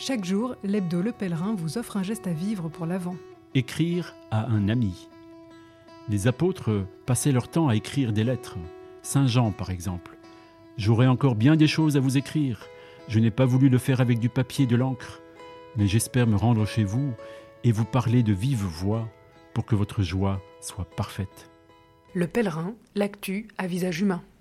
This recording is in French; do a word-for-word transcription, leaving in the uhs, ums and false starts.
Chaque jour, l'hebdo Le Pèlerin vous offre un geste à vivre pour l'Avent. Écrire à un ami. Les apôtres passaient leur temps à écrire des lettres. Saint Jean, par exemple. « J'aurais encore bien des choses à vous écrire. Je n'ai pas voulu le faire avec du papier et de l'encre. Mais j'espère me rendre chez vous et vous parler de vive voix pour que votre joie soit parfaite. » Le Pèlerin, l'actu à visage humain.